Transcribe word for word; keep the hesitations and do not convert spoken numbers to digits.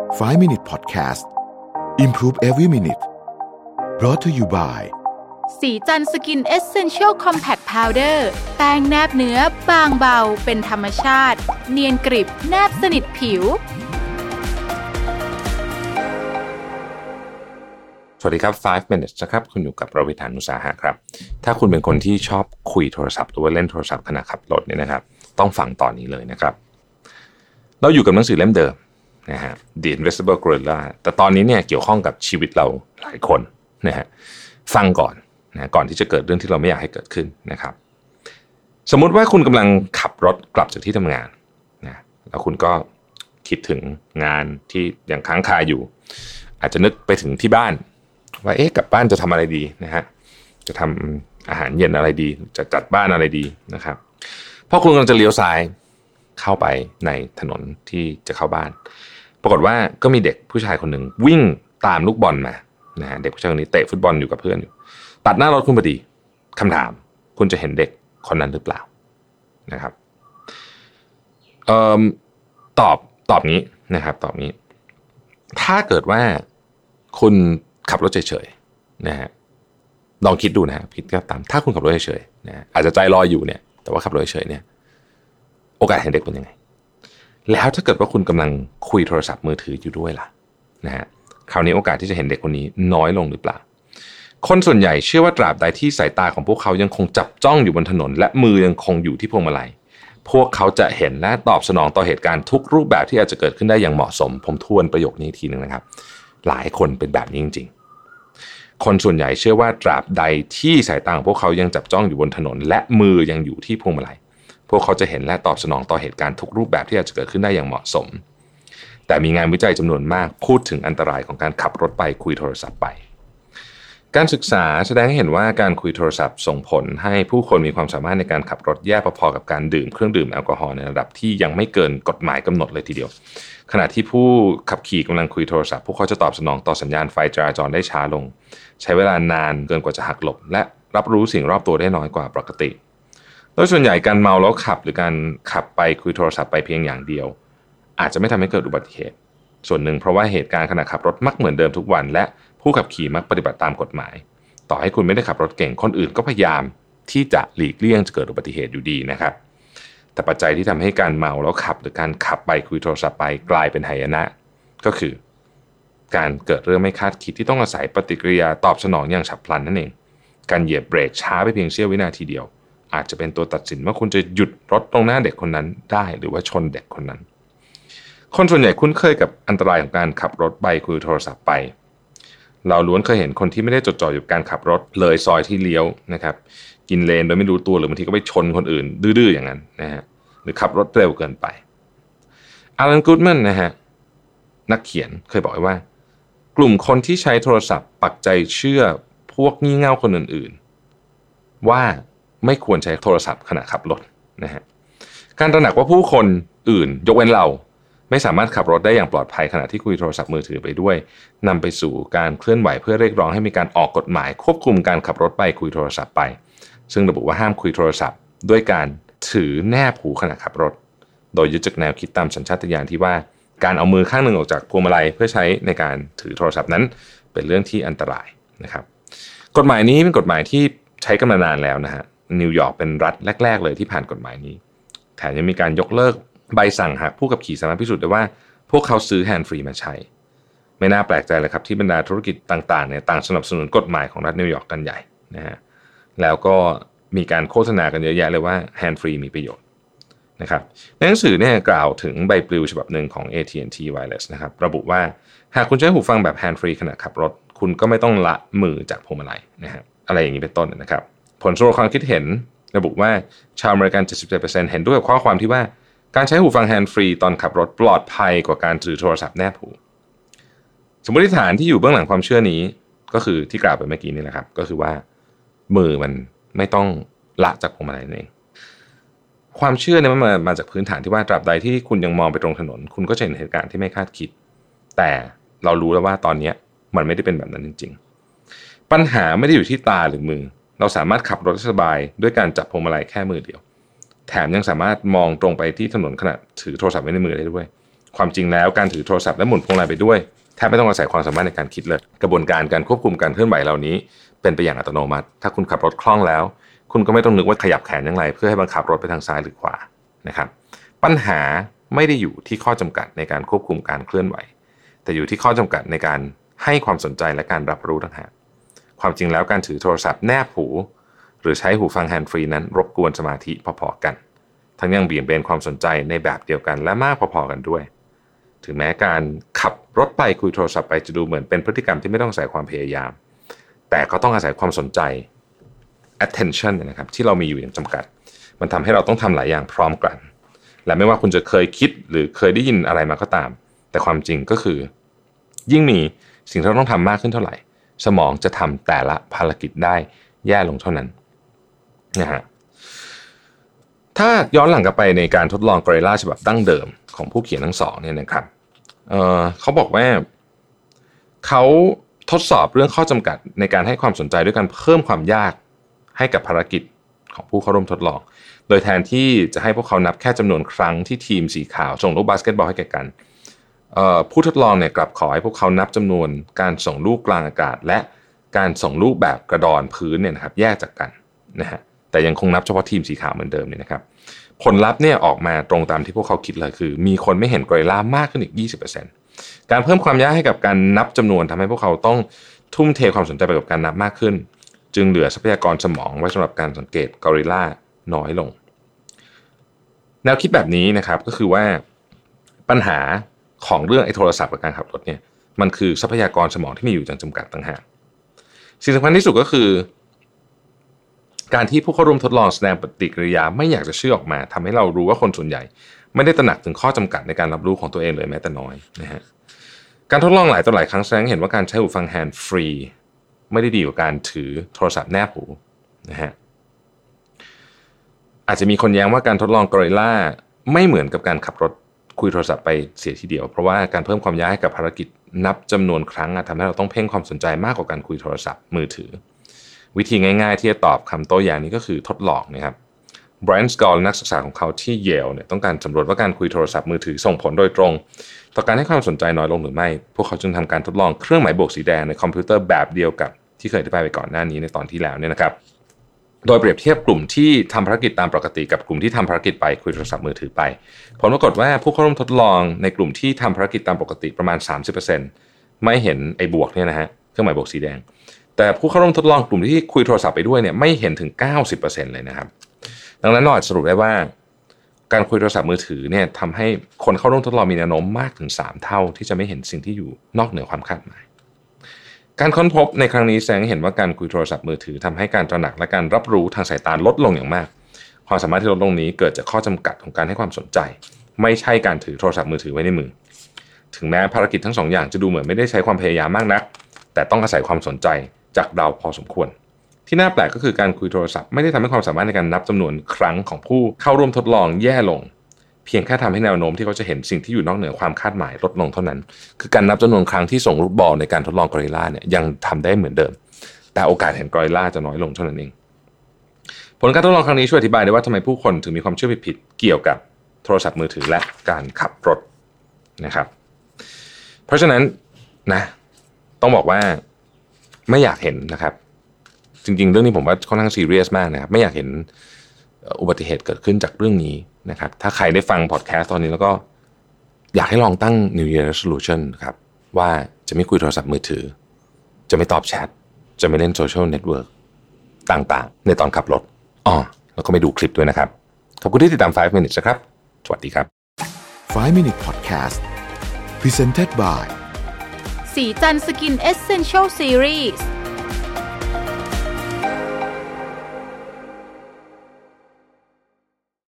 five minute podcast Improve every minute brought to you by สีจันทร์สกินเอสเซนเชียลคอมแพคพาวเดอร์แป้งแนบเนื้อบางเบาเป็นธรรมชาติเนียนกริบแนบสนิทผิวสวัสดีครับfive minutes นะครับคุณอยู่กับรวิธานอุตสาหะครับถ้าคุณเป็นคนที่ชอบคุยโทรศัพท์หรือว่าเล่นโทรศัพท์ขณะขับรถเนี่ยนะครับต้องฟังตอนนี้เลยนะครับเราอยู่กับหนังสือเล่มเดิมนะฮะ The Invisible Gorilla แต่ตอนนี้เนี่ยเกี่ยวข้องกับชีวิตเราหลายคนนะฮะฟังก่อนนะก่อนที่จะเกิดเรื่องที่เราไม่อยากให้เกิดขึ้นนะครับสมมุติว่าคุณกำลังขับรถกลับจากที่ทำงานนะแล้วคุณก็คิดถึงงานที่ยังค้างคาอยู่อาจจะนึกไปถึงที่บ้านว่าเอ๊ะกลับบ้านจะทำอะไรดีนะฮะจะทำอาหารเย็นอะไรดีจะจัดบ้านอะไรดีนะครับพอคุณกำลังจะเลี้ยวซ้ายเข้าไปในถนนที่จะเข้าบ้านปรากฏว่าก็มีเด็กผู้ชายคนหนึ่งวิ่งตามลูกบอลมานะฮะเด็กผู้ชายคนนี้เตะฟุตบอลอยู่กับเพื่อนอยู่ตัดหน้ารถคุณพอดีคำถามคุณจะเห็นเด็กคนนั้นหรือเปล่านะครับเอ่อตอบตอบงี้นะครับตอบงี้ถ้าเกิดว่าคุณขับรถเฉยๆนะฮะลองคิดดูนะฮะคิดก็ตามถ้าคุณขับรถเฉยๆนะอาจจะใจลอยอยู่เนี่ยแต่ว่าขับรถเฉยๆเนี่ยโอกาสเห็นเด็กเป็นยังไงแล้วถ้าเกิดว่าคุณกำลังคุยโทรศัพท์มือถืออยู่ด้วยล่ะนะฮะคราวนี้โอกาสที่จะเห็นเด็กคนนี้น้อยลงหรือเปล่าคนส่วนใหญ่เชื่อว่าตราบใดที่สายตาของพวกเขายังคงจับจ้องอยู่บนถนนและมือยังคงอยู่ที่พวงมาลัยพวกเขาจะเห็นและตอบสนองต่อเหตุการณ์ทุกรูปแบบที่อาจจะเกิดขึ้นได้อย่างเหมาะสมผมทวนประโยคนี้ทีนึงนะครับหลายคนเป็นแบบนี้จริงๆคนส่วนใหญ่เชื่อว่าตราบใดที่สายตาของพวกเขายังจับจ้องอยู่บนถนนและมือยังอยู่ที่พวงมาลัยพวกเขาจะเห็นและตอบสนองต่อเหตุการณ์ทุกรูปแบบที่อาจจะเกิดขึ้นได้อย่างเหมาะสมแต่มีงานวิจัยจำนวนมากพูดถึงอันตรายของการขับรถไปคุยโทรศัพท์ไปการศึกษาแสดงให้เห็นว่าการคุยโทรศัพท์ส่งผลให้ผู้คนมีความสามารถในการขับรถแย่พอๆกับการดื่มเครื่องดื่มแอลกอฮอล์ในระดับที่ยังไม่เกินกฎหมายกำหนดเลยทีเดียวขณะที่ผู้ขับขี่กำลังคุยโทรศัพท์พวกเขาจะตอบสนองต่อสัญญาณไฟจราจรได้ช้าลงใช้เวลานานเกินกว่าจะหักหลบและรับรู้สิ่งรอบตัวได้น้อยกว่าปกติโดยส่วนใหญ่การเมาแล้วขับหรือการขับไปคุยโทรศัพท์ไปเพียงอย่างเดียวอาจจะไม่ทำให้เกิดอุบัติเหตุส่วนหนึ่งเพราะว่าเหตุการณ์ขณะขับรถมักเหมือนเดิมทุกวันและผู้ขับขี่มักปฏิบัติตามกฎหมายต่อให้คุณไม่ได้ขับรถเก่งคนอื่นก็พยายามที่จะหลีกเลี่ยงจะเกิดอุบัติเหตุอยู่ดีนะครับแต่ปัจจัยที่ทำให้การเมาแล้วขับหรือการขับไปคุยโทรศัพท์ไปกลายเป็นหายนะก็คือการเกิดเรื่องไม่คาดคิดที่ต้องอาศัยปฏิกิริยาตอบสนองอย่างฉับพลันนั่นเองการเหยียบเบรกช้าไปเพียงเสี้ยววินาทีเดียวอาจจะเป็นตัวตัดสินว่าคุณจะหยุดรถตรงหน้าเด็กคนนั้นได้หรือว่าชนเด็กคนนั้นคนส่วนใหญ่คุ้นเคยกับอันตรายของการขับรถไปคุยโทรศัพท์ไปเราล้วนเคยเห็นคนที่ไม่ได้จดจ่ออยู่กับการขับรถเลยซอยที่เลี้ยวนะครับกินเลนโดยไม่รู้ตัวหรือบางทีก็ไปชนคนอื่นดื้อๆอย่างนั้นนะฮะหรือขับรถเร็วเกินไปอารัน กูดแมนนะฮะนักเขียนเคยบอกไว้ว่ากลุ่มคนที่ใช้โทรศัพท์ปักใจเชื่อพวกงี่เง่าคนอื่นๆว่าไม่ควรใช้โทรศัพท์ขณะขับรถนะฮะการตระหนักว่าผู้คนอื่นยกเว้นเราไม่สามารถขับรถได้อย่างปลอดภัยขณะที่คุยโทรศัพท์มือถือไปด้วยนำไปสู่การเคลื่อนไหวเพื่อเรียกร้องให้มีการออกกฎหมายควบคุมการขับรถไปคุยโทรศัพท์ไปซึ่งระบุว่าห้ามคุยโทรศัพท์ด้วยการถือแนบหูขณะขับรถโดยยึดจากแนวคิดตามสัญชาตญาณที่ว่าการเอามือข้างหนึ่งออกจากพวงมาลัยเพื่อใช้ในการถือโทรศัพท์นั้นเป็นเรื่องที่อันตรายนะครับกฎหมายนี้เป็นกฎหมายที่ใช้กันมานานแล้วนะฮะนิวยอร์กเป็นรัฐแรกๆเลยที่ผ่านกฎหมายนี้แถมยังมีการยกเลิกใบสั่งหากผู้ขับขี่สามารถพิสูจน์ได้ว่าพวกเขาซื้อแฮนด์ฟรีมาใช้ไม่น่าแปลกใจเลยครับที่บรรดาธุรกิจต่างๆเนี่ยต่างสนับสนุนกฎหมายของรัฐนิวยอร์กกันใหญ่นะฮะแล้วก็มีการโฆษณากันเยอะแยะเลยว่าแฮนด์ฟรีมีประโยชน์นะครับในหนังสือเนี่ยกล่าวถึงใบปลิวฉบับหนึ่งของ เอ ที แอนด์ ที Wireless นะครับระบุว่าหากคุณใช้หูฟังแบบแฮนด์ฟรีขณะขับรถคุณก็ไม่ต้องละมือจากพวงมาลัยนะฮะอะไรอย่างนี้เป็นต้นนะครับผลสำรวจความคิดเห็นระบุว่าชาวอเมริกัน เจ็ดสิบเจ็ดเปอร์เซ็นต์ เห็นด้วยกับข้อความที่ว่าการใช้หูฟังแฮนด์ฟรีตอนขับรถปลอดภัยกว่าการถือโทรศัพท์แนบหูสมมติฐานที่อยู่เบื้องหลังความเชื่อนี้ก็คือที่กล่าวไปเมื่อกี้นี่แหละครับก็คือว่ามือมันไม่ต้องละจากพวงมาลัยนั่นเองความเชื่อเนี่ยมันมามาจากพื้นฐานที่ว่าตราบใดที่คุณยังมองไปตรงถนนคุณก็จะเห็นเหตุการณ์ที่ไม่คาดคิดแต่เรารู้แล้วว่าตอนนี้มันไม่ได้เป็นแบบนั้นจริงๆปัญหาไม่ได้อยู่ที่ตาหรือมือเราสามารถขับรถสบายด้วยการจับพวงมาลัยแค่มือเดียวแถมยังสามารถมองตรงไปที่ถนนขณะถือโทรศัพท์ไว้ในมือได้ด้วยความจริงแล้วการถือโทรศัพท์และหมุนพวงมาลัยไปด้วยแทบไม่ต้องอาศัยความสามารถในการคิดเลยกระบวนการการควบคุมการเคลื่อนไหวเหล่านี้เป็นไปอย่างอัตโนมัติถ้าคุณขับรถคล่องแล้วคุณก็ไม่ต้องนึกว่าขยับแขนอย่างไรเพื่อให้บังคับรถไปทางซ้ายหรือขวานะครับปัญหาไม่ได้อยู่ที่ข้อจำกัดในการควบคุมการเคลื่อนไหวแต่อยู่ที่ข้อจำกัดในการให้ความสนใจและการรับรู้ต่างหากความจริงแล้วการถือโทรศัพท์แนบหูหรือใช้หูฟังแฮนด์ฟรีนั้นรบกวนสมาธิพอๆกันทั้งยังเบี่ยงเบนความสนใจในแบบเดียวกันและมากพอๆกันด้วยถึงแม้การขับรถไปคุยโทรศัพท์ไปจะดูเหมือนเป็นพฤติกรรมที่ไม่ต้องอาศัยความพยายามแต่ก็ต้องอาศัยความสนใจ attention นะครับที่เรามีอยู่อย่างจำกัดมันทำให้เราต้องทำหลายอย่างพร้อมกันและไม่ว่าคุณจะเคยคิดหรือเคยได้ยินอะไรมาก็ตามแต่ความจริงก็คือยิ่งมีสิ่งที่เราต้องทำมากขึ้นเท่าไหร่สมองจะทำแต่ละภารกิจได้แย่ลงเท่านั้นนะฮะถ้าย้อนหลังกลับไปในการทดลองกอริลลาฉบับดั้งเดิมของผู้เขียนทั้งสองเนี่ยนะครับ เอ่อ เขาบอกว่าเขาทดสอบเรื่องข้อจำกัดในการให้ความสนใจด้วยการเพิ่มความยากให้กับภารกิจของผู้เข้าร่วมทดลองโดยแทนที่จะให้พวกเขานับแค่จำนวนครั้งที่ทีมสีขาวส่งลูกบาสเกตบอลให้แก่กันผู้ทดลองเนี่ยกลับขอให้พวกเขานับจำนวนการส่งลูกกลางอากาศและการส่งลูกแบบกระดอนพื้นเนี่ยนะครับแยกจากกันนะฮะแต่ยังคงนับเฉพาะทีมสีขาวเหมือนเดิมเนี่ยนะครับผลลัพธ์เนี่ยออกมาตรงตามที่พวกเขาคิดเลยคือมีคนไม่เห็นกอริลลามากขึ้นอีก ยี่สิบเปอร์เซ็นต์ การเพิ่มความยากให้กับการนับจำนวนทำให้พวกเขาต้องทุ่มเทความสนใจไปกับการนับมากขึ้นจึงเหลือทรัพยากรสมองไว้สำหรับการสังเกตกอริลลาน้อยลงแนวคิดแบบนี้นะครับก็คือว่าปัญหาของเรื่องไอ้โทรศัพท์กับการขับรถเนี่ยมันคือทรัพยากรสมองที่มีอยู่จำกัดต่างหากสิ่งสำคัญที่สุดก็คือการที่ผู้เข้าร่วมทดลองแสดงปฏิกิริยาไม่อยากจะเชื่อออกมาทำให้เรารู้ว่าคนส่วนใหญ่ไม่ได้ตระหนักถึงข้อจำกัดในการรับรู้ของตัวเองเลยแม้แต่น้อยนะฮะการทดลองหลายต่อหลายครั้งแสดงให้เห็นว่าการใช้หูฟังแฮนด์ฟรีไม่ได้ดีกว่าการถือโทรศัพท์แนบหูนะฮะอาจจะมีคนแย้งว่าการทดลองกอริลลาไม่เหมือนกับการขับรถคุยโทรศัพท์ไปเสียทีเดียวเพราะว่าการเพิ่มความยากให้กับภารกิจนับจำนวนครั้งทำให้เราต้องเพ่งความสนใจมากกว่าการคุยโทรศัพท์มือถือวิธีง่ายๆที่จะตอบคำโต้แย้งนี้ก็คือทดลองนะครับไบรอัน สกอลนักศึกษาของเขาที่เยลเนี่ยต้องการสำรวจว่าการคุยโทรศัพท์มือถือส่งผลโดยตรงต่อการให้ความสนใจน้อยลงหรือไม่พวกเขาจึงทำการทดลองเครื่องหมายบวกสีแดงในคอมพิวเตอร์แบบเดียวกับที่เคยอธิบายไปก่อนหน้านี้ในตอนที่แล้วเนี่ยนะครับโดยเปรียบเทียบกลุ่มที่ทำภารกิจตามปกติกับกลุ่มที่ทำภารกิจไปคุยโทรศัพท์มือถือไปผลปรากฏว่าผู้เข้าร่วมทดลองในกลุ่มที่ทำภารกิจตามปกติประมาณ สามสิบเปอร์เซ็นต์ ไม่เห็นไอ้บวกเนี่ยนะฮะเครื่องหมายบวกสีแดงแต่ผู้เข้าร่วมทดลองกลุ่มที่คุยโทรศัพท์ไปด้วยเนี่ยไม่เห็นถึง เก้าสิบเปอร์เซ็นต์ เลยนะครับดังนั้นเราอาจสรุปได้ว่าการคุยโทรศัพท์มือถือเนี่ยทำให้คนเข้าร่วมทดลองมีแนวโน้มมากถึงสามเท่าที่จะไม่เห็นสิ่งที่อยู่นอกเหนือความคาดหมายการค้นพบในครั้งนี้แสดงให้เห็นว่าการคุยโทรศัพท์มือถือทำให้การตระหนักและการรับรู้ทางสายตาลดลงอย่างมากความสามารถที่ลดลงนี้เกิดจากข้อจำกัดของการให้ความสนใจไม่ใช่การถือโทรศัพท์มือถือไว้ในมือถึงแม้ภารกิจทั้งสองอย่างจะดูเหมือนไม่ได้ใช้ความพยายามมากนักแต่ต้องอาศัยความสนใจจากเราพอสมควรที่น่าแปลกก็คือการคุยโทรศัพท์ไม่ได้ทำให้ความสามารถในการนับจำนวนครั้งของผู้เข้าร่วมทดลองแย่ลงเพียงแค่ทำให้แนวโน้มที่เขาจะเห็นสิ่งที่อยู่นอกเหนือความคาดหมายลดลงเท่านั้นคือการนับจำนวนครั้งที่ส่งลูกบอลในการทดลองกอริลลาเนี่ยยังทำได้เหมือนเดิมแต่โอกาสเห็นกอริลลาจะน้อยลงเท่านั้นเองผลการทดลองครั้งนี้ช่วยอธิบายได้ว่าทำไมผู้คนถึงมีความเชื่อผิดๆเกี่ยวกับโทรศัพท์มือถือและการขับรถนะครับเพราะฉะนั้นนะต้องบอกว่าไม่อยากเห็นนะครับจริงๆเรื่องนี้ผมว่าค่อนข้างซีเรียสมากนะครับไม่อยากเห็นอุบัติเหตุเกิดขึ้นจากเรื่องนี้นะครับถ้าใครได้ฟังพอดแคสต์ตอนนี้แล้วก็อยากให้ลองตั้ง New Year Resolution ครับว่าจะไม่คุยโทรศัพท์มือถือจะไม่ตอบแชทจะไม่เล่นโซเชียลเน็ตเวิร์กต่างๆในตอนขับรถอ๋อแล้วก็ไม่ดูคลิปด้วยนะครับขอบคุณที่ติดตามไฟว์ minutes นะครับสวัสดีครับไฟว์ minute podcast presented by สีจันทร์สกินเอสเซนเชียลซีรีส์